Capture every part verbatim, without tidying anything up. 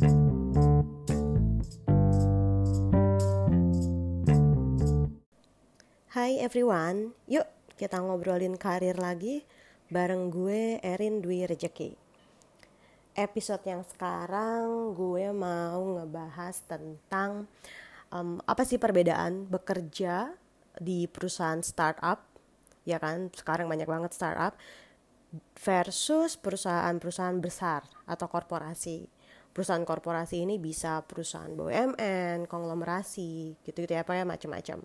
Hai everyone, yuk kita ngobrolin karir lagi bareng gue Erin Dwi Rejeki. Episode yang sekarang gue mau ngebahas tentang um, apa sih perbedaan bekerja di perusahaan startup, ya kan? Sekarang banyak banget startup versus perusahaan-perusahaan besar atau korporasi. Perusahaan korporasi ini bisa perusahaan B U M N, konglomerasi, gitu-gitu ya, apa ya macam-macam.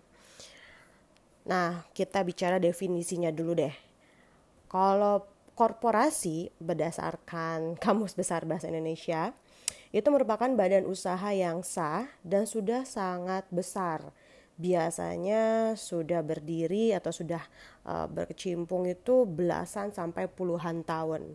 Nah, kita bicara definisinya dulu deh. Kalau korporasi berdasarkan Kamus Besar Bahasa Indonesia, itu merupakan badan usaha yang sah dan sudah sangat besar. Biasanya sudah berdiri atau sudah uh, berkecimpung itu belasan sampai puluhan tahun.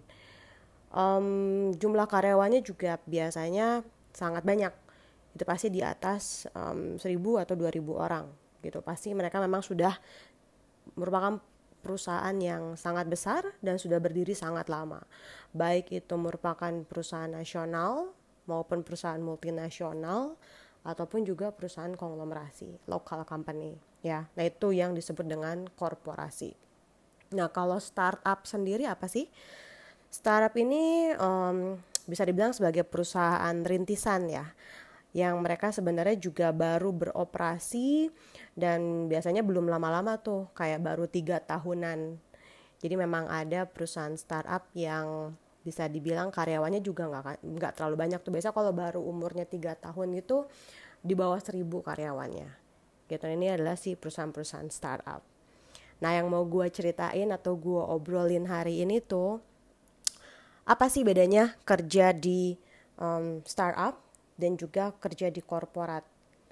Um, jumlah karyawannya juga biasanya sangat banyak. Itu pasti di atas um, seribu atau dua ribu orang. Gitu, pasti mereka memang sudah merupakan perusahaan yang sangat besar dan sudah berdiri sangat lama. Baik itu merupakan perusahaan nasional maupun perusahaan multinasional ataupun juga perusahaan konglomerasi, local company, ya. Nah, itu yang disebut dengan korporasi. Nah, kalau startup sendiri apa sih? Startup ini um, bisa dibilang sebagai perusahaan rintisan ya, yang mereka sebenarnya juga baru beroperasi dan biasanya belum lama-lama tuh, kayak baru tiga tahunan. Jadi memang ada perusahaan startup yang bisa dibilang karyawannya juga nggak nggak terlalu banyak tuh. Biasa kalau baru umurnya tiga tahun gitu di bawah seribu karyawannya. Gitu, ini adalah si perusahaan-perusahaan startup. Nah, yang mau gue ceritain atau gue obrolin hari ini tuh, apa sih bedanya kerja di um, startup dan juga kerja di korporat.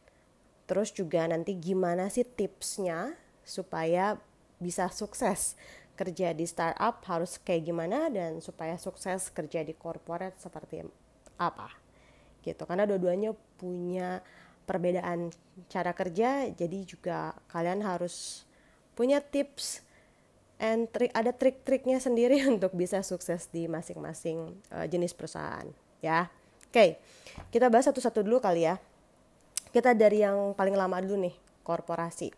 Terus juga nanti gimana sih tipsnya supaya bisa sukses kerja di startup harus kayak gimana, dan supaya sukses kerja di korporat seperti apa gitu. Karena dua-duanya punya perbedaan cara kerja, jadi juga kalian harus punya tips and trik, ada trik-triknya sendiri untuk bisa sukses di masing-masing uh, jenis perusahaan ya. Oke, kita bahas satu-satu dulu kali ya. Kita dari yang paling lama dulu nih, korporasi.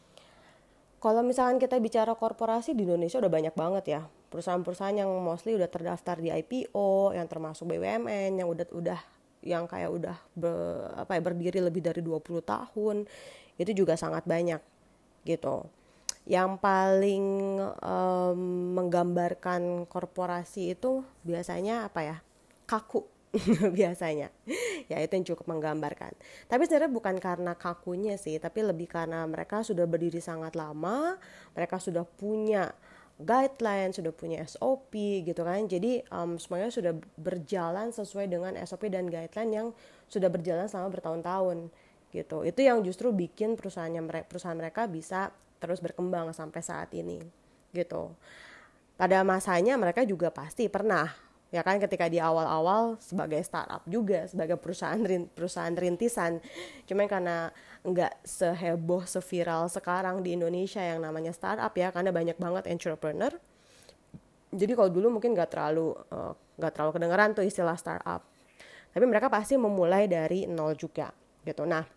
Kalau misalkan kita bicara korporasi di Indonesia udah banyak banget ya. Perusahaan-perusahaan yang mostly udah terdaftar di I P O, yang termasuk B U M N, yang udah udah yang kayak udah ber, apa ya, berdiri lebih dari dua puluh tahun. Itu juga sangat banyak gitu. Yang paling um, menggambarkan korporasi itu biasanya apa ya? Kaku. Biasanya ya, itu yang cukup menggambarkan. Tapi sebenarnya bukan karena kakunya sih, tapi lebih karena mereka sudah berdiri sangat lama, mereka sudah punya guideline, sudah punya S O P gitu kan. Jadi um, semuanya sudah berjalan sesuai dengan S O P dan guideline yang sudah berjalan selama bertahun-tahun gitu. Itu yang justru bikin perusahaannya perusahaan mereka bisa terus berkembang sampai saat ini gitu. Pada masanya mereka juga pasti pernah, ya kan, ketika di awal-awal sebagai startup juga, sebagai perusahaan perusahaan rintisan. Cuma karena nggak seheboh, seviral sekarang di Indonesia yang namanya startup ya, karena banyak banget entrepreneur. Jadi kalau dulu mungkin nggak terlalu uh, nggak terlalu kedengeran tuh istilah startup. Tapi mereka pasti memulai dari nol juga gitu. Nah,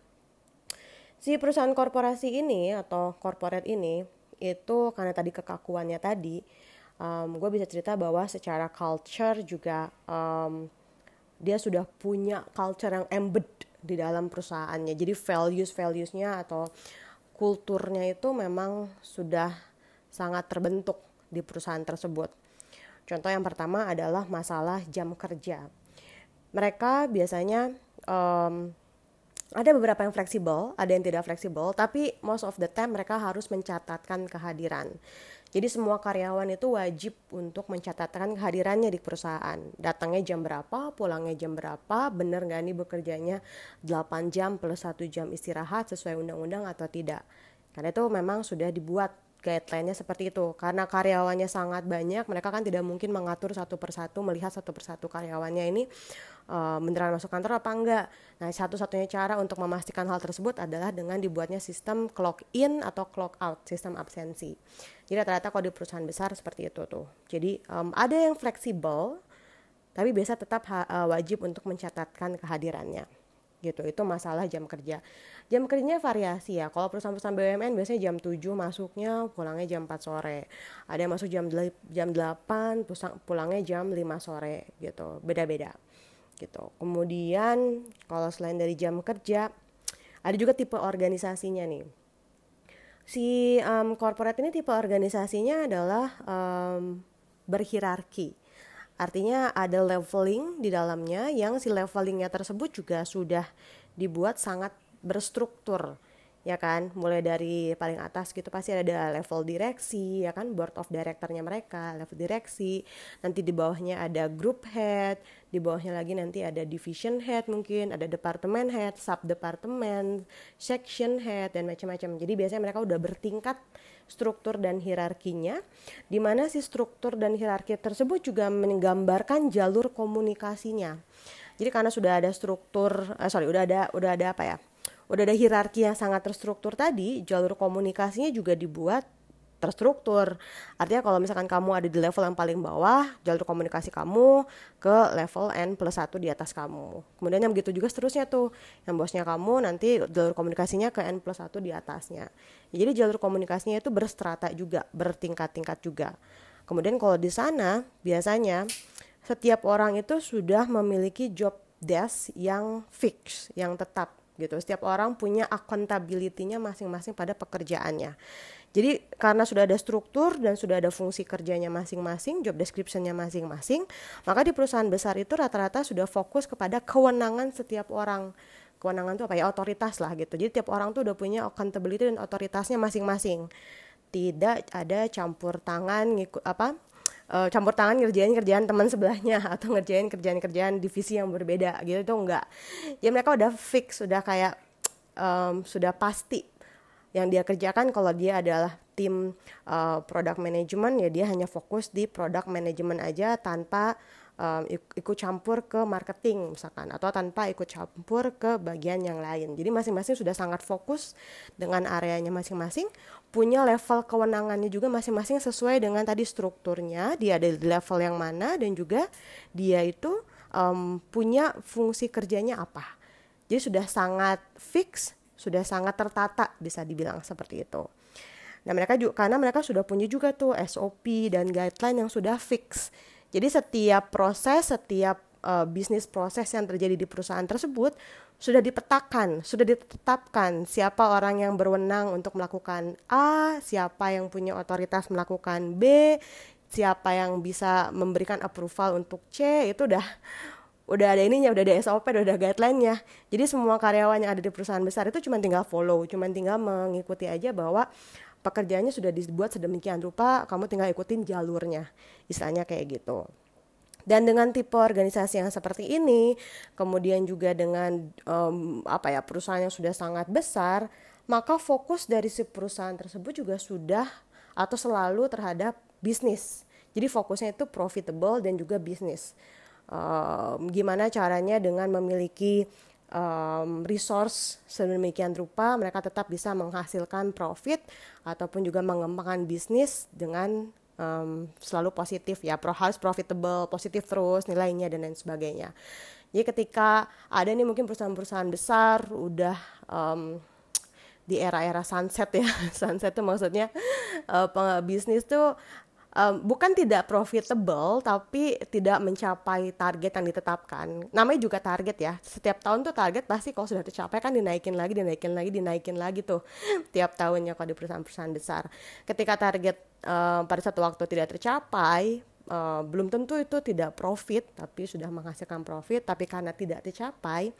si perusahaan korporasi ini atau corporate ini itu karena tadi kekakuannya tadi, Um, gue bisa cerita bahwa secara culture juga um, dia sudah punya culture yang embed di dalam perusahaannya. Jadi values-valuesnya atau kulturnya itu memang sudah sangat terbentuk di perusahaan tersebut. Contoh yang pertama adalah masalah jam kerja. Mereka biasanya um, ada beberapa yang fleksibel, ada yang tidak fleksibel, tapi most of the time mereka harus mencatatkan kehadiran. Jadi semua karyawan itu wajib untuk mencatatkan kehadirannya di perusahaan. Datangnya jam berapa, pulangnya jam berapa, benar nggak nih bekerjanya delapan jam plus satu jam istirahat sesuai undang-undang atau tidak. Karena itu memang sudah dibuat guideline-nya seperti itu. Karena karyawannya sangat banyak, mereka kan tidak mungkin mengatur satu persatu, melihat satu persatu karyawannya ini uh, beneran masuk kantor apa enggak. Nah, satu-satunya cara untuk memastikan hal tersebut adalah dengan dibuatnya sistem clock in atau clock out, sistem absensi. Jadi rata-rata kalau di perusahaan besar seperti itu tuh. Jadi um, ada yang fleksibel, tapi biasa tetap ha, uh, wajib untuk mencatatkan kehadirannya gitu. Itu masalah jam kerja. Jam kerjanya variasi ya. Kalau perusahaan-perusahaan B U M N biasanya jam tujuh masuknya, pulangnya jam empat sore. Ada yang masuk jam jam delapan, pulangnya jam lima sore gitu. Beda-beda gitu. Kemudian kalau selain dari jam kerja, ada juga tipe organisasinya nih. Si um, corporate ini tipe organisasinya adalah um, berhierarki. Artinya ada leveling di dalamnya yang si levelingnya tersebut juga sudah dibuat sangat berstruktur, ya kan? Mulai dari paling atas gitu pasti ada level direksi, ya kan? Board of directornya mereka, level direksi. Nanti di bawahnya ada group head, di bawahnya lagi nanti ada division head mungkin, ada department head, sub department, section head dan macam-macam. Jadi biasanya mereka udah bertingkat struktur dan hierarkinya, di mana si struktur dan hierarki tersebut juga menggambarkan jalur komunikasinya. Jadi karena sudah ada struktur, eh, sorry, udah ada, udah ada apa ya? Udah ada hierarki yang sangat terstruktur tadi, jalur komunikasinya juga dibuat terstruktur. Artinya kalau misalkan kamu ada di level yang paling bawah, jalur komunikasi kamu ke level N plus satu di atas kamu. Kemudian yang begitu juga seterusnya tuh, yang bosnya kamu nanti jalur komunikasinya ke N plus satu di atasnya. Jadi jalur komunikasinya itu berstrata juga, bertingkat-tingkat juga. Kemudian kalau di sana biasanya setiap orang itu sudah memiliki job desk yang fix, yang tetap gitu. Setiap orang punya accountability-nya masing-masing pada pekerjaannya. Jadi karena sudah ada struktur dan sudah ada fungsi kerjanya masing-masing, job description-nya masing-masing, maka di perusahaan besar itu rata-rata sudah fokus kepada kewenangan setiap orang. Kewenangan itu apa ya? Otoritas lah gitu. Jadi tiap orang tuh udah punya accountability dan otoritasnya masing-masing. Tidak ada campur tangan ngikut apa? Uh, campur tangan ngerjain kerjaan teman sebelahnya atau ngerjain kerjaan-kerjaan divisi yang berbeda gitu tuh enggak. Jadi mereka udah fix, sudah kayak um, sudah pasti yang dia kerjakan. Kalau dia adalah tim uh, product management, ya dia hanya fokus di product management aja tanpa um, ikut campur ke marketing misalkan, atau tanpa ikut campur ke bagian yang lain. Jadi masing-masing sudah sangat fokus dengan areanya masing-masing, punya level kewenangannya juga masing-masing sesuai dengan tadi strukturnya, dia ada di level yang mana, dan juga dia itu um, punya fungsi kerjanya apa. Jadi sudah sangat fix, sudah sangat tertata, bisa dibilang seperti itu. Nah mereka juga, karena mereka sudah punya juga tuh S O P dan guideline yang sudah fix. Jadi setiap proses, setiap uh, bisnis proses yang terjadi di perusahaan tersebut sudah dipetakan, sudah ditetapkan siapa orang yang berwenang untuk melakukan A, siapa yang punya otoritas melakukan B, siapa yang bisa memberikan approval untuk C. Itu udah udah ada ininya, udah ada S O P, udah ada guideline-nya. Jadi semua karyawan yang ada di perusahaan besar itu cuma tinggal follow, cuma tinggal mengikuti aja bahwa pekerjaannya sudah dibuat sedemikian rupa, kamu tinggal ikutin jalurnya, istilahnya kayak gitu. Dan dengan tipe organisasi yang seperti ini, kemudian juga dengan um, apa ya perusahaan yang sudah sangat besar, maka fokus dari si perusahaan tersebut juga sudah atau selalu terhadap bisnis. Jadi fokusnya itu profitable dan juga bisnis. Um, gimana caranya dengan memiliki um, resource sedemikian rupa mereka tetap bisa menghasilkan profit ataupun juga mengembangkan bisnis dengan um, selalu positif ya, pro, harus profitable, positif terus nilainya dan lain sebagainya. Jadi ketika ada nih mungkin perusahaan-perusahaan besar udah um, di era-era sunset ya, sunset itu maksudnya uh, bisnis tuh Um, bukan tidak profitable tapi tidak mencapai target yang ditetapkan. Namanya juga target ya, setiap tahun tuh target pasti kalau sudah tercapai kan dinaikin lagi, dinaikin lagi, dinaikin lagi tuh tiap tahunnya kalau di perusahaan-perusahaan besar. Ketika target um, pada satu waktu tidak tercapai, uh, belum tentu itu tidak profit tapi sudah menghasilkan profit, tapi karena tidak tercapai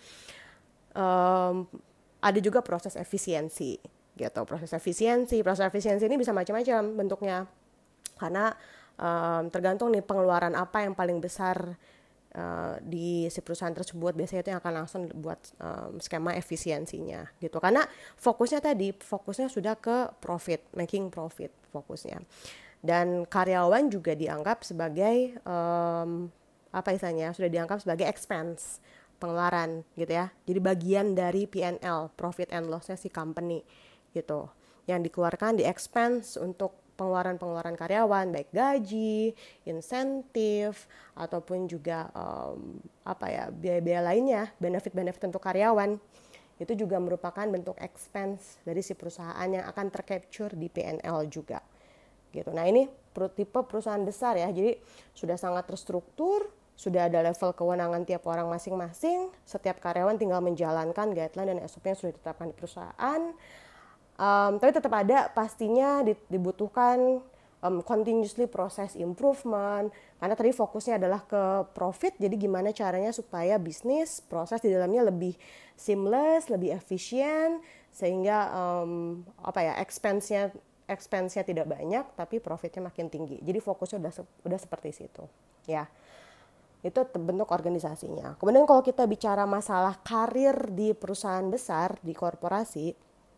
um, ada juga proses efisiensi gitu. Proses efisiensi, proses efisiensi ini bisa macam-macam bentuknya. Karena um, tergantung nih pengeluaran apa yang paling besar uh, di si perusahaan tersebut, biasanya itu yang akan langsung buat um, skema efisiensinya gitu. Karena fokusnya tadi, fokusnya sudah ke profit, making profit fokusnya. Dan karyawan juga dianggap sebagai um, apa istilahnya, sudah dianggap sebagai expense, pengeluaran gitu ya. Jadi bagian dari P and L, profit and loss-nya si company gitu. Yang dikeluarkan di expense untuk pengeluaran-pengeluaran karyawan, baik gaji, insentif, ataupun juga um, apa ya biaya-biaya lainnya, benefit-benefit untuk karyawan. Itu juga merupakan bentuk expense dari si perusahaan yang akan tercapture di P and L juga. Gitu. Nah ini tipe perusahaan besar ya, jadi sudah sangat terstruktur, sudah ada level kewenangan tiap orang masing-masing, setiap karyawan tinggal menjalankan guideline dan S O P yang sudah ditetapkan di perusahaan. Um, tapi tetap ada pastinya dibutuhkan um, continuously proses improvement, karena tadi fokusnya adalah ke profit, jadi gimana caranya supaya bisnis, proses di dalamnya lebih seamless, lebih efisien, sehingga um, apa ya expense-nya expense-nya tidak banyak, tapi profitnya makin tinggi. Jadi fokusnya udah udah seperti situ, ya. Itu bentuk organisasinya. Kemudian kalau kita bicara masalah karir di perusahaan besar, di korporasi,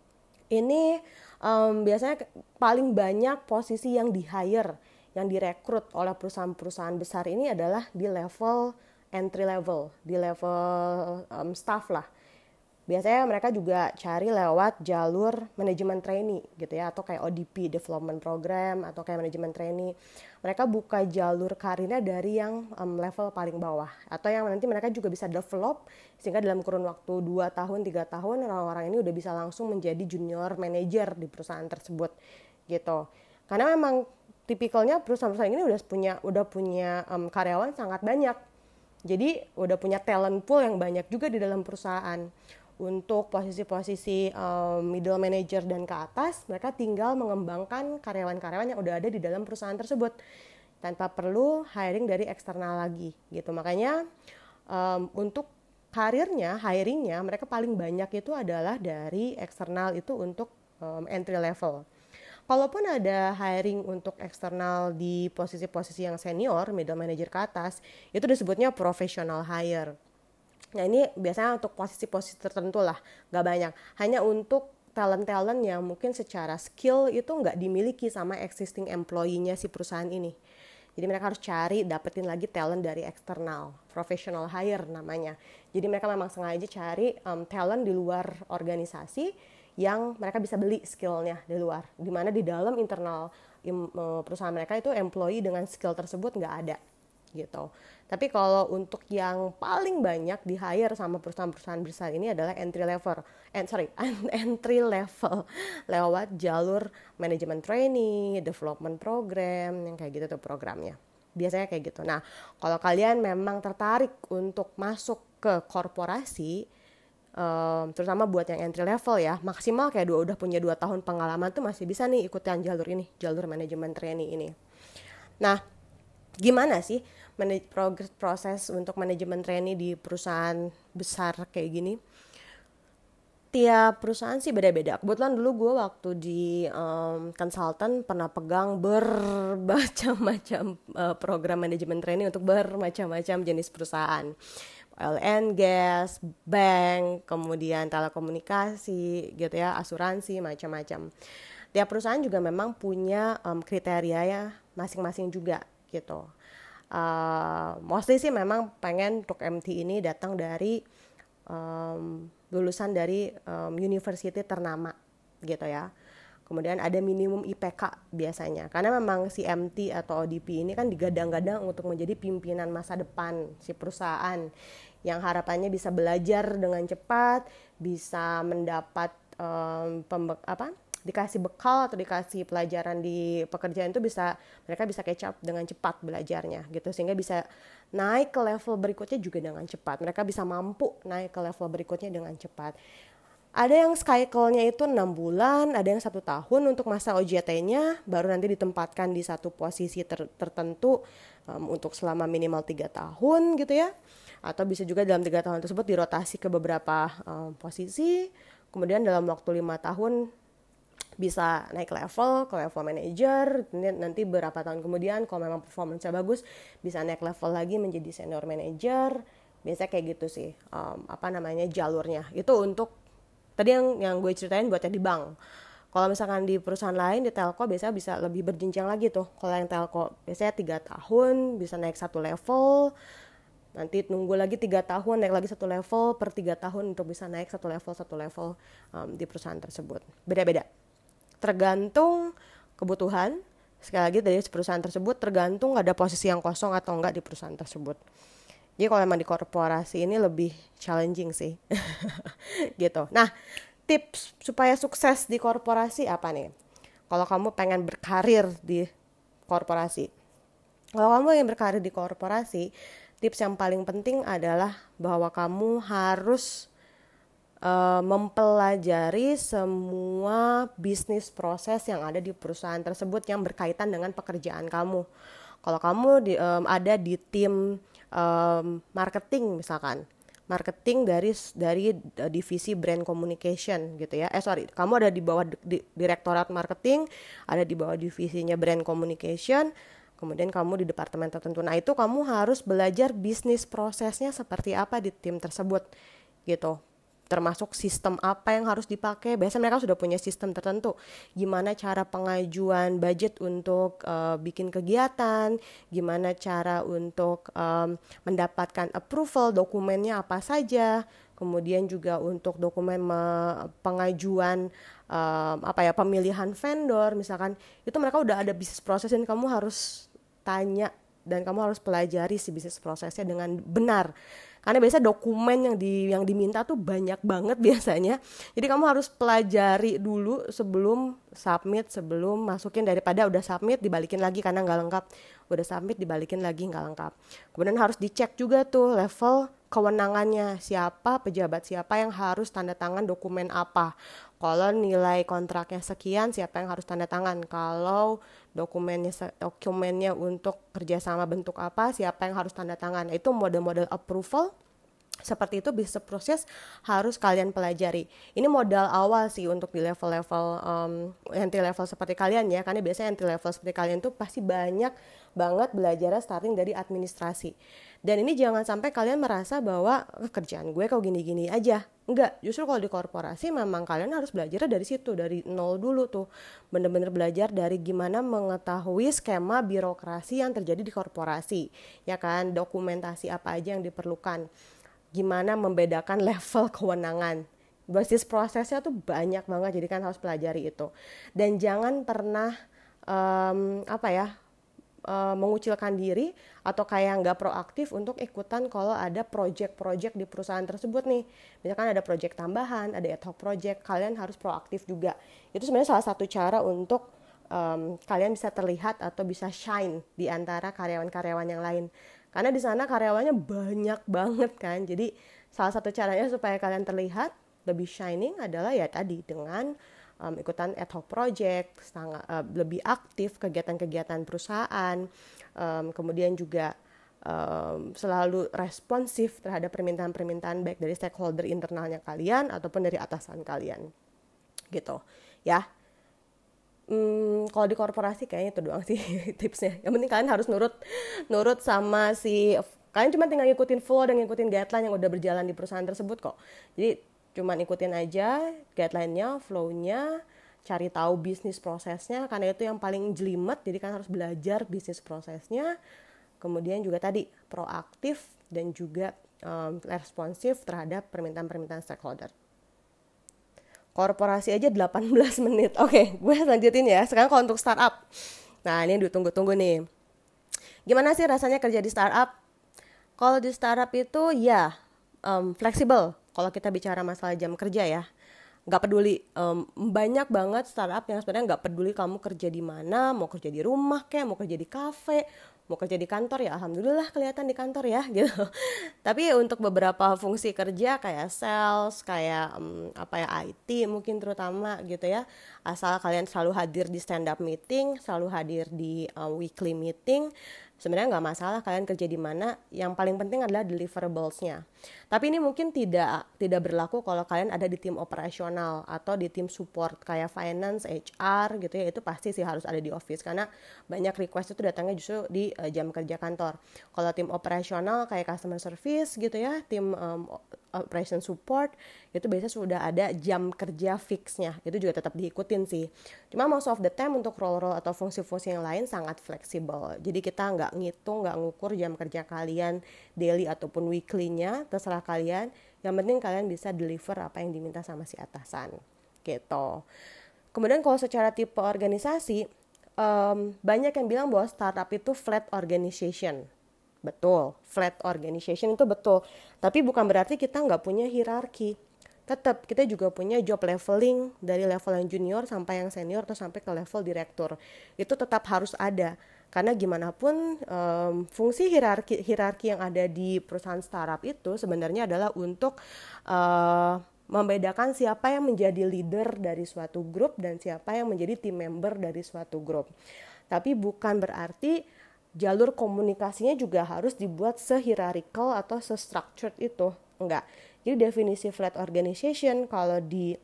ini um, biasanya paling banyak posisi yang di-hire, yang direkrut oleh perusahaan-perusahaan besar ini adalah di level entry level, di level um, staff lah. Biasanya mereka juga cari lewat jalur manajemen trainee gitu ya, atau kayak O D P, development program, atau kayak manajemen trainee. Mereka buka jalur karirnya dari yang um, level paling bawah, atau yang nanti mereka juga bisa develop sehingga dalam kurun waktu dua tahun, tiga tahun orang-orang ini udah bisa langsung menjadi junior manager di perusahaan tersebut gitu. Karena memang tipikalnya perusahaan-perusahaan ini udah punya udah punya um, karyawan sangat banyak. Jadi udah punya talent pool yang banyak juga di dalam perusahaan. Untuk posisi-posisi um, middle manager dan ke atas, mereka tinggal mengembangkan karyawan-karyawan yang udah ada di dalam perusahaan tersebut tanpa perlu hiring dari eksternal lagi gitu. Makanya um, untuk karirnya, hiringnya mereka paling banyak itu adalah dari eksternal itu untuk um, entry level. Kalaupun ada hiring untuk eksternal di posisi-posisi yang senior, middle manager ke atas, itu disebutnya professional hire. Nah ini biasanya untuk posisi-posisi tertentu lah, gak banyak. Hanya untuk talent-talent yang mungkin secara skill itu gak dimiliki sama existing employee-nya si perusahaan ini. Jadi mereka harus cari, dapetin lagi talent dari eksternal, professional hire namanya. Jadi mereka memang sengaja cari um, talent di luar organisasi yang mereka bisa beli skillnya di luar. Dimana di dalam internal im, perusahaan mereka itu employee dengan skill tersebut gak ada gitu. Tapi kalau untuk yang paling banyak di hire sama perusahaan-perusahaan besar ini adalah entry level, eh, sorry, entry level lewat jalur manajemen trainee, development program, yang kayak gitu tuh programnya. Biasanya kayak gitu. Nah, kalau kalian memang tertarik untuk masuk ke korporasi, um, terutama buat yang entry level ya, maksimal kayak dua udah punya dua tahun pengalaman tuh masih bisa nih ikutan jalur ini, jalur manajemen trainee ini. Nah, gimana sih manaj- progress proses untuk manajemen trainee di perusahaan besar kayak gini? Tiap perusahaan sih beda-beda. Kebetulan dulu gue waktu di um, consultant pernah pegang bermacam-macam uh, program manajemen trainee untuk bermacam-macam jenis perusahaan. Oil and gas, bank, kemudian telekomunikasi gitu ya, asuransi, macam-macam. Tiap perusahaan juga memang punya um, kriteria ya masing-masing juga gitu. Uh, mostly sih memang pengen untuk M T ini datang dari um, lulusan dari um, university ternama gitu ya. Kemudian ada minimum I P K biasanya. Karena memang si M T atau O D P ini kan digadang-gadang untuk menjadi pimpinan masa depan si perusahaan yang harapannya bisa belajar dengan cepat, bisa mendapat um, pembe- apa? dikasih bekal atau dikasih pelajaran di pekerjaan itu bisa mereka bisa catch up dengan cepat belajarnya gitu, sehingga bisa naik ke level berikutnya juga dengan cepat. Mereka bisa mampu naik ke level berikutnya dengan cepat. Ada yang cycle-nya itu enam bulan, ada yang satu tahun untuk masa O J T-nya, baru nanti ditempatkan di satu posisi ter- tertentu um, untuk selama minimal tiga tahun gitu ya. Atau bisa juga dalam tiga tahun tersebut dirotasi ke beberapa um, posisi, kemudian dalam waktu lima tahun bisa naik level ke level manager, nanti beberapa tahun kemudian kalau memang performance-nya bagus bisa naik level lagi menjadi senior manager. Biasanya kayak gitu sih um, apa namanya jalurnya. Itu untuk tadi yang yang gue ceritain buatnya di bank. Kalau misalkan di perusahaan lain di telco biasanya bisa lebih berjenjang lagi tuh. Kalau yang telco biasanya tiga tahun bisa naik satu level, nanti nunggu lagi tiga tahun naik lagi satu level, per tiga tahun untuk bisa naik satu level satu level um, di perusahaan tersebut. Beda-beda tergantung kebutuhan, Sekali lagi dari perusahaan tersebut tergantung ada posisi yang kosong atau enggak di perusahaan tersebut. Jadi kalau emang di korporasi ini lebih challenging sih. Gitu. Nah, tips supaya sukses di korporasi apa nih? Kalau kamu pengen berkarir di korporasi. Kalau kamu yang berkarir di korporasi, tips yang paling penting adalah bahwa kamu harus Uh, mempelajari semua bisnis proses yang ada di perusahaan tersebut yang berkaitan dengan pekerjaan kamu. Kalau kamu di, um, ada di tim um, marketing misalkan, marketing dari dari uh, divisi brand communication gitu ya. Eh sorry, kamu ada di bawah di, di, direktorat marketing, ada di bawah divisinya brand communication. Kemudian kamu di departemen tertentu. Nah itu kamu harus belajar bisnis prosesnya seperti apa di tim tersebut gitu. Termasuk sistem apa yang harus dipakai. Biasanya mereka sudah punya sistem tertentu. Gimana cara pengajuan budget untuk uh, bikin kegiatan, gimana cara untuk um, mendapatkan approval, dokumennya apa saja. Kemudian juga untuk dokumen me- pengajuan um, apa ya pemilihan vendor misalkan. Itu mereka udah ada bisnis proses dan kamu harus tanya dan kamu harus pelajari si bisnis prosesnya dengan benar. Karena biasanya dokumen yang di yang diminta tuh banyak banget biasanya. Jadi kamu harus pelajari dulu sebelum submit, sebelum masukin, daripada udah submit dibalikin lagi karena nggak lengkap. Udah submit dibalikin lagi nggak lengkap. Kemudian harus dicek juga tuh level kewenangannya, siapa pejabat siapa yang harus tanda tangan dokumen apa. Kalau nilai kontraknya sekian, siapa yang harus tanda tangan. Kalau dokumennya dokumennya untuk kerjasama bentuk apa, siapa yang harus tanda tangan. Itu model-model approval seperti itu bisnis proses harus kalian pelajari. Ini modal awal sih untuk di level-level um, entry level seperti kalian ya, karena biasanya entry level seperti kalian tuh pasti banyak banget belajarnya starting dari administrasi. Dan ini jangan sampai kalian merasa bahwa kerjaan gue kok gini-gini aja. Enggak, justru kalau di korporasi memang kalian harus belajar dari situ, dari nol dulu tuh. Bener-bener belajar dari gimana mengetahui skema birokrasi yang terjadi di korporasi. Ya kan, dokumentasi apa aja yang diperlukan. Gimana membedakan level kewenangan. Basis prosesnya tuh banyak banget, jadi kan harus pelajari itu. Dan jangan pernah um, apa ya uh, mengucilkan diri atau kayak nggak proaktif untuk ikutan kalau ada project-project di perusahaan tersebut nih. Misalkan ada project tambahan, ada ad hoc project, kalian harus proaktif juga. Itu sebenarnya salah satu cara untuk um, kalian bisa terlihat atau bisa shine di antara karyawan-karyawan yang lain. Karena di sana karyawannya banyak banget kan. Jadi salah satu caranya supaya kalian terlihat lebih shining adalah ya tadi dengan um, ikutan ad hoc project, sangat, uh, lebih aktif kegiatan-kegiatan perusahaan, um, kemudian juga um, selalu responsif terhadap permintaan-permintaan baik dari stakeholder internalnya kalian ataupun dari atasan kalian. Gitu ya. Hmm, kalau di korporasi kayaknya itu doang sih tipsnya. Yang penting kalian harus nurut nurut sama si kalian cuma tinggal ngikutin flow dan ngikutin guideline yang udah berjalan di perusahaan tersebut kok. Jadi cuma ikutin aja guideline-nya, flow-nya, cari tahu bisnis prosesnya karena itu yang paling jelimet. Jadi kalian harus belajar bisnis prosesnya. Kemudian juga tadi proaktif dan juga um, responsif terhadap permintaan-permintaan stakeholder. Korporasi aja delapan belas menit. Oke, gue lanjutin ya. Sekarang kalau untuk startup. Nah, ini ditunggu-tunggu nih. Gimana sih rasanya kerja di startup? Kalau di startup itu ya um, fleksibel. Kalau kita bicara masalah jam kerja ya. Gak peduli. Um, banyak banget startup yang sebenarnya gak peduli kamu kerja di mana. Mau kerja di rumah kayak, mau kerja di kafe, mau kerja di kantor ya alhamdulillah kelihatan di kantor ya gitu. Tapi untuk beberapa fungsi kerja kayak sales, kayak um, apa ya I T mungkin terutama gitu ya. Asal kalian selalu hadir di stand up meeting, selalu hadir di uh, weekly meeting, sebenarnya nggak masalah kalian kerja di mana. Yang paling penting adalah deliverables-nya. Tapi ini mungkin tidak tidak berlaku kalau kalian ada di tim operasional atau di tim support kayak finance, H R gitu ya. Itu pasti sih harus ada di office karena banyak request itu datangnya justru di uh, jam kerja kantor. Kalau tim operasional kayak customer service gitu ya, tim um, operation support itu biasanya sudah ada jam kerja fixnya. Itu juga tetap diikutin sih. Cuma most of the time untuk role-role atau fungsi-fungsi yang lain sangat fleksibel. Jadi kita nggak ngitung, nggak ngukur jam kerja kalian daily ataupun weekly-nya, terserah kalian. Yang penting kalian bisa deliver apa yang diminta sama si atasan gitu. Kemudian kalau secara tipe organisasi, um, banyak yang bilang bahwa startup itu flat organization. Betul, flat organization itu betul. Tapi bukan berarti kita nggak punya hierarki. Tetap kita juga punya job leveling dari level yang junior sampai yang senior atau sampai ke level direktur. Itu tetap harus ada. Karena gimana pun um, fungsi hierarki hierarki yang ada di perusahaan startup itu sebenarnya adalah untuk uh, membedakan siapa yang menjadi leader dari suatu grup dan siapa yang menjadi team member dari suatu grup. Tapi bukan berarti jalur komunikasinya juga harus dibuat se-hierarchical atau se-structured itu. Enggak. Jadi definisi flat organization kalau di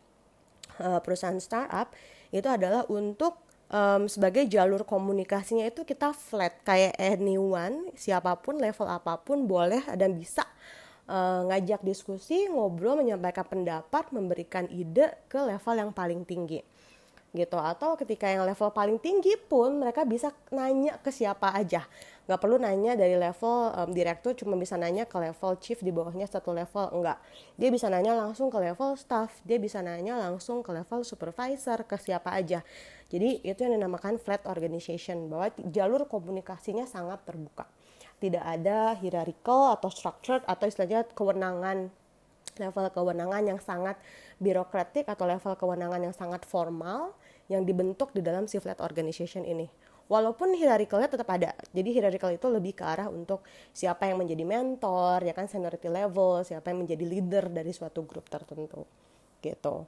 uh, perusahaan startup itu adalah untuk Um, sebagai jalur komunikasinya itu kita flat, kayak anyone, siapapun, level apapun boleh dan bisa uh, ngajak diskusi, ngobrol, menyampaikan pendapat, memberikan ide ke level yang paling tinggi gitu. Atau ketika yang level paling tinggi pun mereka bisa nanya ke siapa aja, nggak perlu nanya dari level um, direktur cuma bisa nanya ke level chief di bawahnya satu level, enggak, dia bisa nanya langsung ke level staff, dia bisa nanya langsung ke level supervisor, ke siapa aja. Jadi itu yang dinamakan flat organization, bahwa jalur komunikasinya sangat terbuka, tidak ada hierarchical atau structured atau istilahnya kewenangan, level kewenangan yang sangat birokratik atau level kewenangan yang sangat formal yang dibentuk di dalam si flat organization ini. Walaupun hierarchical-nya tetap ada. Jadi hierarchical itu lebih ke arah untuk siapa yang menjadi mentor, ya kan, seniority level, siapa yang menjadi leader dari suatu grup tertentu. Gitu.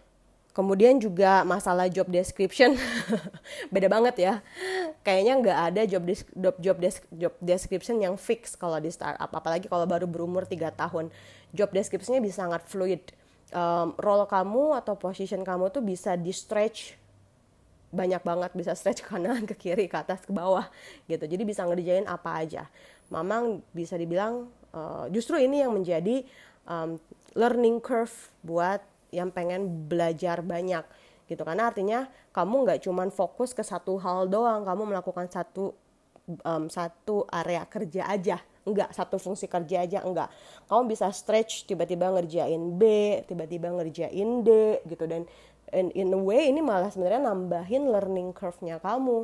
Kemudian juga masalah job description beda banget ya. Kayaknya nggak ada job des- job job, des- job description yang fix kalau di startup, apalagi kalau baru berumur tiga tahun. Job description-nya bisa sangat fluid. Um, role kamu atau position kamu tuh bisa di stretch banyak banget, bisa stretch ke kanan, ke kiri, ke atas, ke bawah gitu. Jadi bisa ngerjain apa aja. Memang bisa dibilang uh, justru ini yang menjadi um, learning curve buat yang pengen belajar banyak gitu. Karena artinya kamu nggak cuman fokus ke satu hal doang, kamu melakukan satu um, satu area kerja aja, enggak, satu fungsi kerja aja, enggak. Kamu bisa stretch, tiba-tiba ngerjain B, tiba-tiba ngerjain D gitu. Dan and in a way ini malah sebenarnya nambahin learning curve-nya kamu.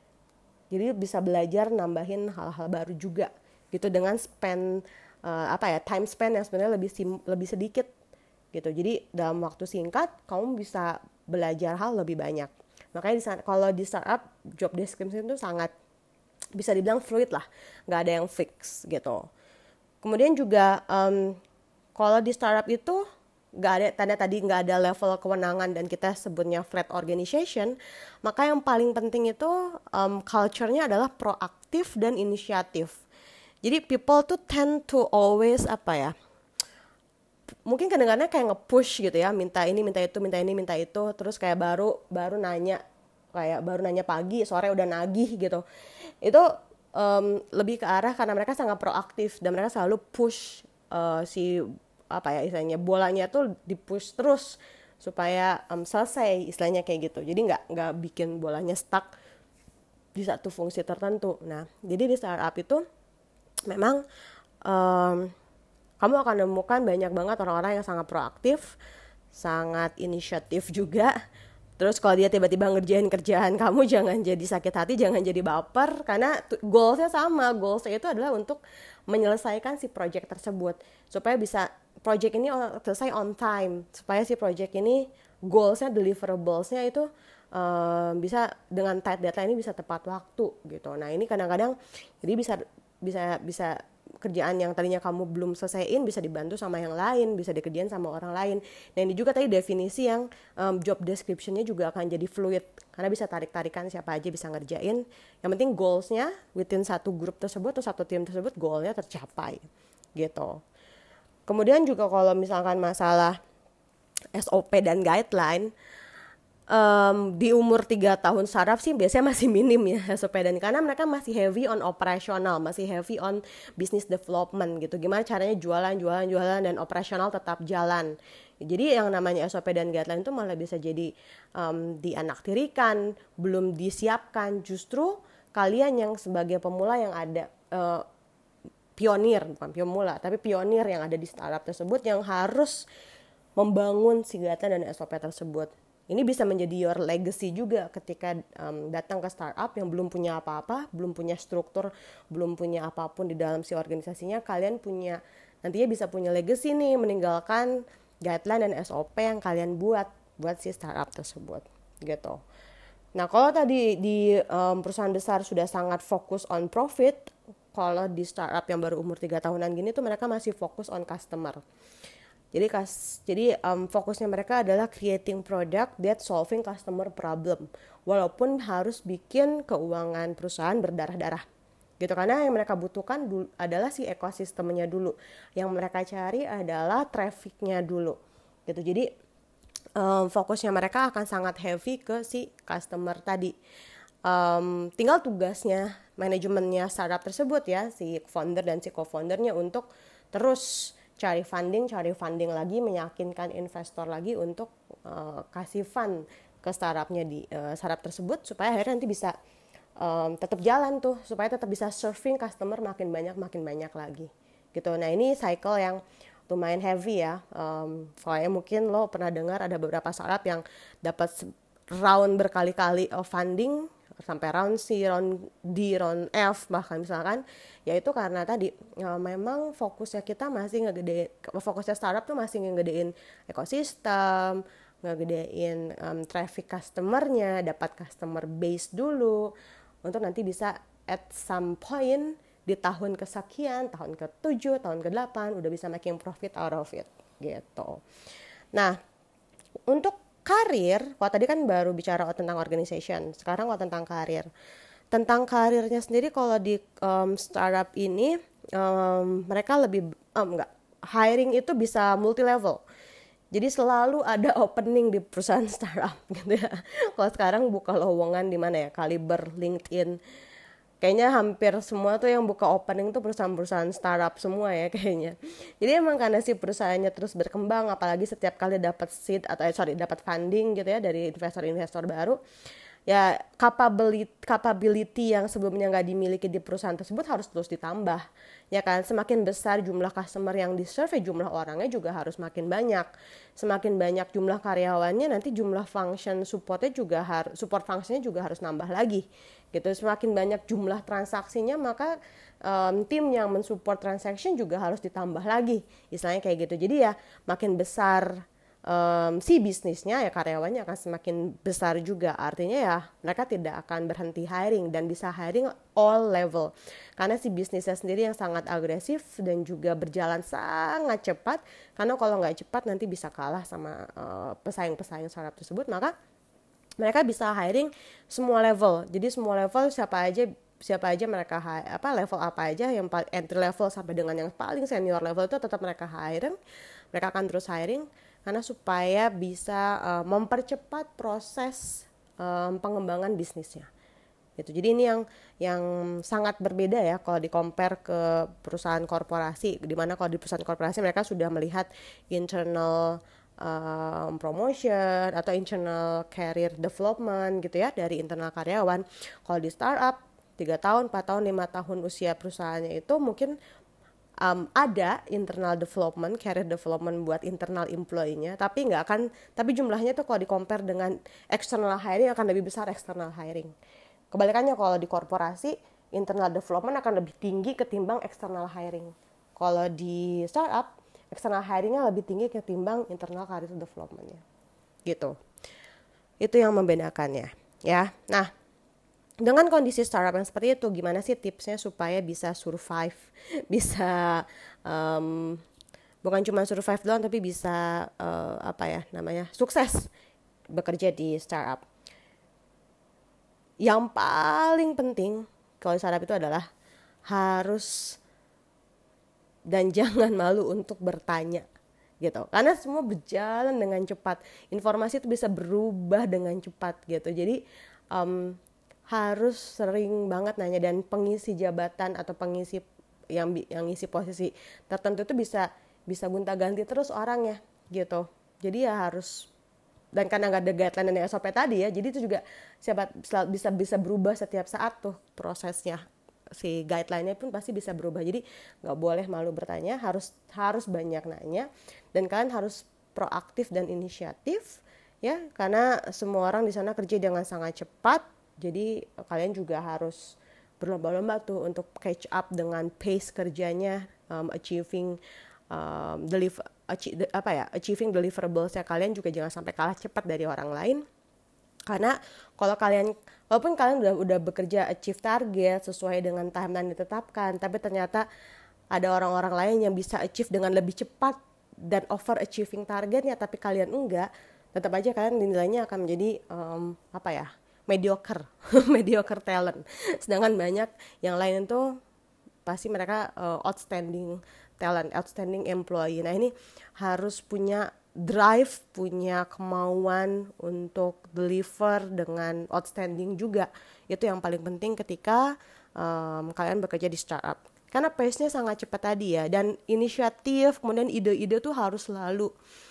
Jadi bisa belajar nambahin hal-hal baru juga gitu dengan span uh, apa ya, time span yang sebenarnya lebih sim, lebih sedikit gitu. Jadi dalam waktu singkat kamu bisa belajar hal lebih banyak. Makanya di, kalau di startup job description itu sangat bisa dibilang fluid lah, nggak ada yang fix gitu. Kemudian juga um, kalau di startup itu nggak ada tanda tadi nggak ada level kewenangan dan kita sebutnya flat organization, maka yang paling penting itu um, culture-nya adalah proaktif dan inisiatif. Jadi people tuh tend to always apa ya, mungkin kadang-kadang kayak nge-push gitu ya, minta ini, minta itu, minta ini, minta itu, terus kayak baru baru nanya, kayak baru nanya pagi, sore udah nagih gitu. Itu um, lebih ke arah karena mereka sangat proaktif dan mereka selalu push uh, si apa ya istilahnya, bolanya tuh dipush terus supaya um, selesai istilahnya kayak gitu. Jadi nggak nggak bikin bolanya stuck di satu fungsi tertentu. Nah, jadi di startup itu memang um, kamu akan menemukan banyak banget orang-orang yang sangat proaktif, sangat inisiatif juga. Terus kalau dia tiba-tiba ngerjain kerjaan kamu, jangan jadi sakit hati, jangan jadi baper, karena goalsnya sama. Goalsnya itu adalah untuk menyelesaikan si project tersebut supaya bisa project ini selesai on time, supaya si project ini goalsnya, deliverablesnya itu um, bisa dengan tight deadline ini bisa tepat waktu gitu. Nah ini kadang-kadang jadi bisa bisa bisa kerjaan yang tadinya kamu belum selesaiin bisa dibantu sama yang lain, bisa dikerjain sama orang lain. Nah ini juga tadi definisi yang um, job description-nya juga akan jadi fluid, karena bisa tarik-tarikan siapa aja bisa ngerjain. Yang penting goals-nya within satu grup tersebut atau satu tim tersebut goal-nya tercapai gitu. Kemudian juga kalau misalkan masalah S O P dan guideline, Um, di umur tiga tahun startup sih biasanya masih minim ya S O P, dan karena mereka masih heavy on operasional, masih heavy on business development gitu. Gimana caranya jualan, jualan, jualan dan operasional tetap jalan. Jadi yang namanya S O P dan guideline itu malah bisa jadi um, dianaktirikan, belum disiapkan. Justru kalian yang sebagai pemula yang ada uh, pionir, bukan pemula, tapi pionir yang ada di startup tersebut yang harus membangun si guideline dan S O P tersebut. Ini bisa menjadi your legacy juga ketika um, datang ke startup yang belum punya apa-apa, belum punya struktur, belum punya apapun di dalam si organisasinya. Kalian punya, nantinya bisa punya legacy nih, meninggalkan guideline dan S O P yang kalian buat buat si startup tersebut gitu. Nah, kalau tadi di um, perusahaan besar sudah sangat fokus on profit, kalau di startup yang baru umur tiga tahunan gini tuh mereka masih fokus on customer. Jadi kas, jadi um, fokusnya mereka adalah creating product that solving customer problem, walaupun harus bikin keuangan perusahaan berdarah-darah. Gitu, karena yang mereka butuhkan dulu adalah si ekosistemnya dulu. Yang mereka cari adalah trafficnya dulu. Gitu. Jadi um, fokusnya mereka akan sangat heavy ke si customer tadi. Um, tinggal tugasnya manajemennya startup tersebut ya, si founder dan si co-foundernya untuk terus cari funding, cari funding lagi, meyakinkan investor lagi untuk uh, kasih fund ke startupnya di uh, startup tersebut supaya akhirnya nanti bisa um, tetap jalan tuh, supaya tetap bisa serving customer makin banyak makin banyak lagi gitu. Nah, ini cycle yang lumayan heavy ya. Um, soalnya mungkin lo pernah dengar ada beberapa startup yang dapat round berkali-kali of funding sampai round C, round D, round F bahkan misalkan, yaitu karena tadi ya, memang fokusnya kita masih ngegedein, fokusnya startup tuh masih ngegedein ekosistem, ngegedein um, traffic customernya, dapat customer base dulu untuk nanti bisa at some point di tahun kesekian, tahun ke tujuh, tahun ke delapan udah bisa making profit out of it gitu. Nah, untuk karir, kalau tadi kan baru bicara tentang organization, sekarang kalau tentang karir. Tentang karirnya sendiri kalau di um, startup ini um, mereka lebih um, enggak, hiring itu bisa multi level. Jadi selalu ada opening di perusahaan startup gitu ya. Kalau sekarang buka lowongan di mana ya? Kaliber, LinkedIn. Kayaknya hampir semua tuh yang buka opening tuh perusahaan-perusahaan startup semua ya kayaknya. Jadi emang karena si perusahaannya terus berkembang, apalagi setiap kali dapat seed atau eh, sorry dapat funding gitu ya dari investor-investor baru, ya capability, capability yang sebelumnya nggak dimiliki di perusahaan tersebut harus terus ditambah. Ya kan, semakin besar jumlah customer yang di-serve, jumlah orangnya juga harus makin banyak. Semakin banyak jumlah karyawannya, nanti jumlah function supportnya juga harus, support functionnya juga harus nambah lagi. Gitu, semakin banyak jumlah transaksinya, maka um, tim yang mensupport transaction juga harus ditambah lagi. Istilahnya kayak gitu. Jadi ya makin besar Um, si bisnisnya ya karyawannya akan semakin besar juga. Artinya ya mereka tidak akan berhenti hiring dan bisa hiring all level karena si bisnisnya sendiri yang sangat agresif dan juga berjalan sangat cepat. Karena kalau nggak cepat nanti bisa kalah sama uh, pesaing-pesaing startup tersebut, maka mereka bisa hiring semua level. Jadi semua level siapa aja siapa aja mereka apa level apa aja yang entry level sampai dengan yang paling senior level itu tetap mereka hiring. Mereka akan terus hiring karena supaya bisa uh, mempercepat proses um, pengembangan bisnisnya. Gitu. Jadi ini yang yang sangat berbeda ya kalau di compare ke perusahaan korporasi, di mana kalau di perusahaan korporasi mereka sudah melihat internal um, promotion atau internal career development gitu ya dari internal karyawan. Kalau di startup tiga tahun, empat tahun, lima tahun usia perusahaannya itu mungkin Um, ada internal development, career development buat internal employee-nya, tapi nggak akan, tapi jumlahnya tuh kalau di compare dengan external hiring akan lebih besar external hiring. Kebalikannya kalau di korporasi, internal development akan lebih tinggi ketimbang external hiring. Kalau di startup, external hiring-nya lebih tinggi ketimbang internal career development-nya. Gitu. Itu yang membedakannya, ya. Nah, dengan kondisi startup yang seperti itu, gimana sih tipsnya supaya bisa survive, bisa um, bukan cuma survive doang, tapi bisa uh, apa ya namanya sukses bekerja di startup. Yang paling penting kalau di startup itu adalah harus dan jangan malu untuk bertanya. Gitu, karena semua berjalan dengan cepat, informasi itu bisa berubah dengan cepat gitu. Jadi um, harus sering banget nanya, dan pengisi jabatan atau pengisi yang yang ngisi posisi tertentu itu bisa bisa gonta-ganti terus orangnya gitu. Jadi ya harus, dan karena nggak ada guideline dan S O P tadi ya, jadi itu juga siapa bisa bisa berubah setiap saat tuh prosesnya. Si guideline-nya pun pasti bisa berubah. Jadi nggak boleh malu bertanya, harus harus banyak nanya, dan kalian harus proaktif dan inisiatif. ya, karena semua orang di sana kerja dengan sangat cepat, jadi kalian juga harus berlomba-lomba tuh untuk catch up dengan pace kerjanya, um, achieving um, deliver achieve, apa ya achieving deliverables-nya kalian juga jangan sampai kalah cepat dari orang lain. Karena kalau kalian, walaupun kalian udah udah bekerja achieve target sesuai dengan timeline ditetapkan, tapi ternyata ada orang-orang lain yang bisa achieve dengan lebih cepat dan over achieving targetnya, tapi kalian enggak, tetap aja kalian nilainya akan menjadi um, apa ya mediocre, mediocre talent. Sedangkan banyak yang lain itu pasti mereka uh, outstanding talent, outstanding employee. Nah ini harus punya drive, punya kemauan untuk deliver dengan outstanding juga. Itu yang paling penting ketika um, kalian bekerja di startup. Karena pace-nya sangat cepat tadi ya, dan inisiatif, kemudian ide-ide tuh harus selalu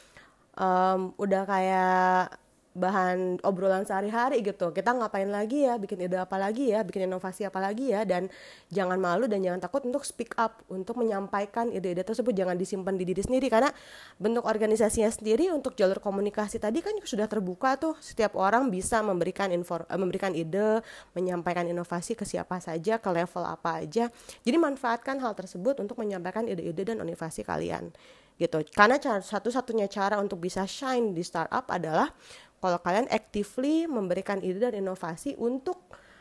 um, udah kayak bahan obrolan sehari-hari gitu. Kita ngapain lagi ya, bikin ide apa lagi ya, bikin inovasi apa lagi ya, dan jangan malu dan jangan takut untuk speak up, untuk menyampaikan ide-ide tersebut. Jangan disimpan di diri sendiri, karena bentuk organisasinya sendiri untuk jalur komunikasi tadi kan sudah terbuka tuh. Setiap orang bisa memberikan info, memberikan ide, menyampaikan inovasi ke siapa saja, ke level apa aja. Jadi manfaatkan hal tersebut untuk menyampaikan ide-ide dan inovasi kalian gitu. Karena cara, satu-satunya cara untuk bisa shine di startup adalah kalau kalian actively memberikan ide dan inovasi untuk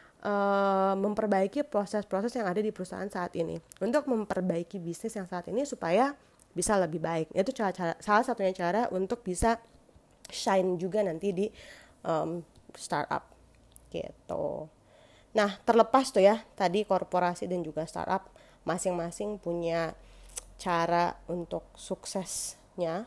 uh, memperbaiki proses-proses yang ada di perusahaan saat ini, untuk memperbaiki bisnis yang saat ini supaya bisa lebih baik. Itu cara-cara, salah satunya cara untuk bisa shine juga nanti di um, startup gitu. Nah, terlepas tuh ya, tadi korporasi dan juga startup masing-masing punya cara untuk suksesnya.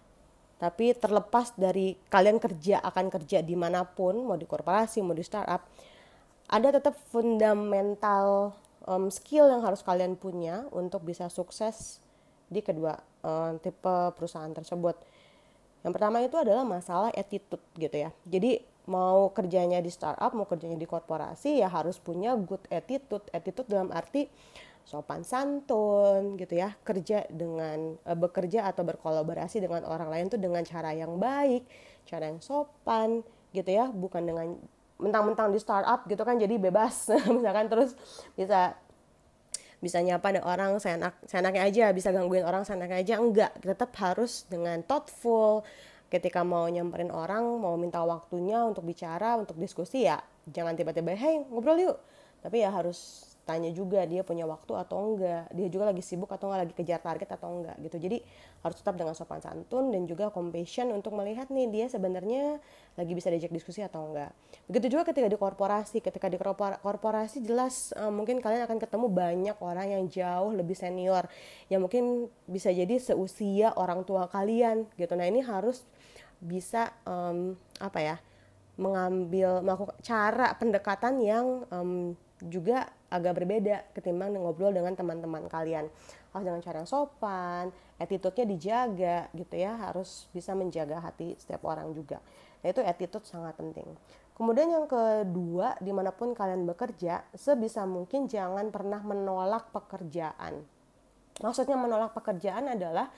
Tapi terlepas dari kalian kerja akan kerja dimanapun, mau di korporasi, mau di startup, ada tetap fundamental um, skill yang harus kalian punya untuk bisa sukses di kedua um, tipe perusahaan tersebut. Yang pertama itu adalah masalah attitude gitu ya. Jadi mau kerjanya di startup, mau kerjanya di korporasi, ya harus punya good attitude. Attitude dalam arti sopan santun gitu ya, kerja dengan e, bekerja atau berkolaborasi dengan orang lain tuh dengan cara yang baik, cara yang sopan gitu ya, bukan dengan mentang-mentang di startup gitu kan jadi bebas misalkan terus bisa bisa nyapa ada orang seenak seenaknya aja, bisa gangguin orang seenaknya aja. Enggak, tetap harus dengan thoughtful. Ketika mau nyamperin orang, mau minta waktunya untuk bicara, untuk diskusi, ya jangan tiba-tiba hey ngobrol yuk, tapi ya harus tanya juga dia punya waktu atau enggak, dia juga lagi sibuk atau enggak, lagi kejar target atau enggak gitu. Jadi harus tetap dengan sopan santun dan juga compassion untuk melihat nih dia sebenarnya lagi bisa diajak diskusi atau enggak. Begitu juga ketika di korporasi, ketika di korporasi jelas uh, mungkin kalian akan ketemu banyak orang yang jauh lebih senior, yang mungkin bisa jadi seusia orang tua kalian gitu. Nah ini harus bisa um, apa ya mengambil melakukan cara pendekatan yang um, juga agak berbeda ketimbang ngobrol dengan teman-teman kalian. Harus dengan cara yang sopan, attitude-nya dijaga gitu ya, harus bisa menjaga hati setiap orang juga. Nah itu attitude sangat penting. Kemudian yang kedua, dimanapun kalian bekerja, sebisa mungkin jangan pernah menolak pekerjaan. Maksudnya menolak pekerjaan adalah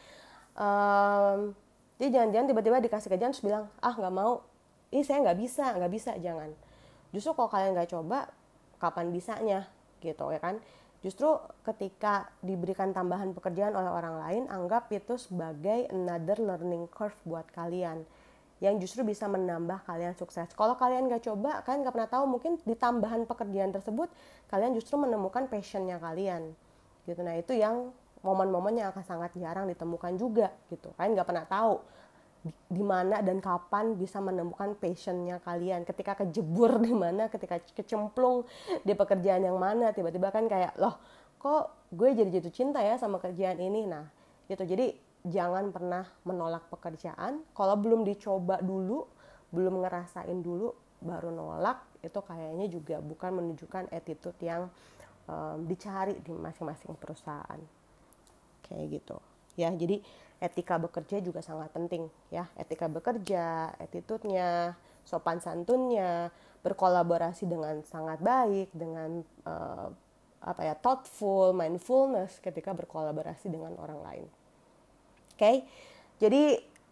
um, jadi jangan-jangan tiba-tiba dikasih kerjaan terus bilang, ah nggak mau, ini saya nggak bisa, nggak bisa, jangan. Justru kalau kalian nggak coba, kapan bisanya gitu ya kan. Justru ketika diberikan tambahan pekerjaan oleh orang lain, anggap itu sebagai another learning curve buat kalian yang justru bisa menambah kalian sukses. Kalau kalian gak coba, kalian gak pernah tahu, mungkin di tambahan pekerjaan tersebut kalian justru menemukan passionnya kalian gitu. Nah itu yang momen-momen yang akan sangat jarang ditemukan juga gitu. Kalian gak pernah tahu di mana dan kapan bisa menemukan passionnya kalian, ketika kejebur di mana, ketika kecemplung di pekerjaan yang mana, tiba-tiba kan kayak loh kok gue jadi jatuh cinta ya sama kerjaan ini. Nah gitu, jadi jangan pernah menolak pekerjaan. Kalau belum dicoba dulu, belum ngerasain dulu baru nolak, itu kayaknya juga bukan menunjukkan attitude yang um, dicari di masing-masing perusahaan kayak gitu ya. Jadi etika bekerja juga sangat penting ya. Etika bekerja, attitude-nya, sopan santunnya, berkolaborasi dengan sangat baik, dengan uh, apa ya, thoughtful, mindfulness ketika berkolaborasi dengan orang lain. Oke, okay? Jadi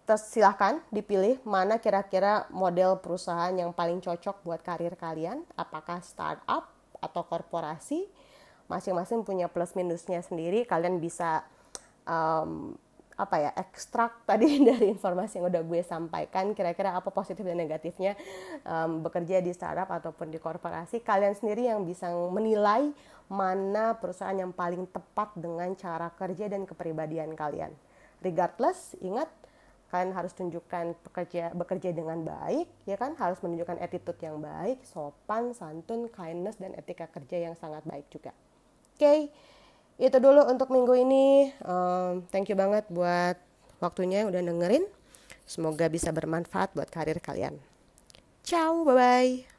terus silahkan dipilih mana kira-kira model perusahaan yang paling cocok buat karir kalian, apakah startup atau korporasi. Masing-masing punya plus minusnya sendiri. Kalian bisa um, apa ya ekstrak tadi dari informasi yang udah gue sampaikan, kira-kira apa positif dan negatifnya um, bekerja di startup ataupun di korporasi. Kalian sendiri yang bisa menilai mana perusahaan yang paling tepat dengan cara kerja dan kepribadian kalian. Regardless, ingat kalian harus tunjukkan bekerja bekerja dengan baik, ya kan, harus menunjukkan attitude yang baik, sopan, santun, kindness, dan etika kerja yang sangat baik juga. Oke. Okay. Itu dulu untuk minggu ini. Um, thank you banget buat waktunya udah dengerin. Semoga bisa bermanfaat buat karir kalian. Ciao, bye-bye.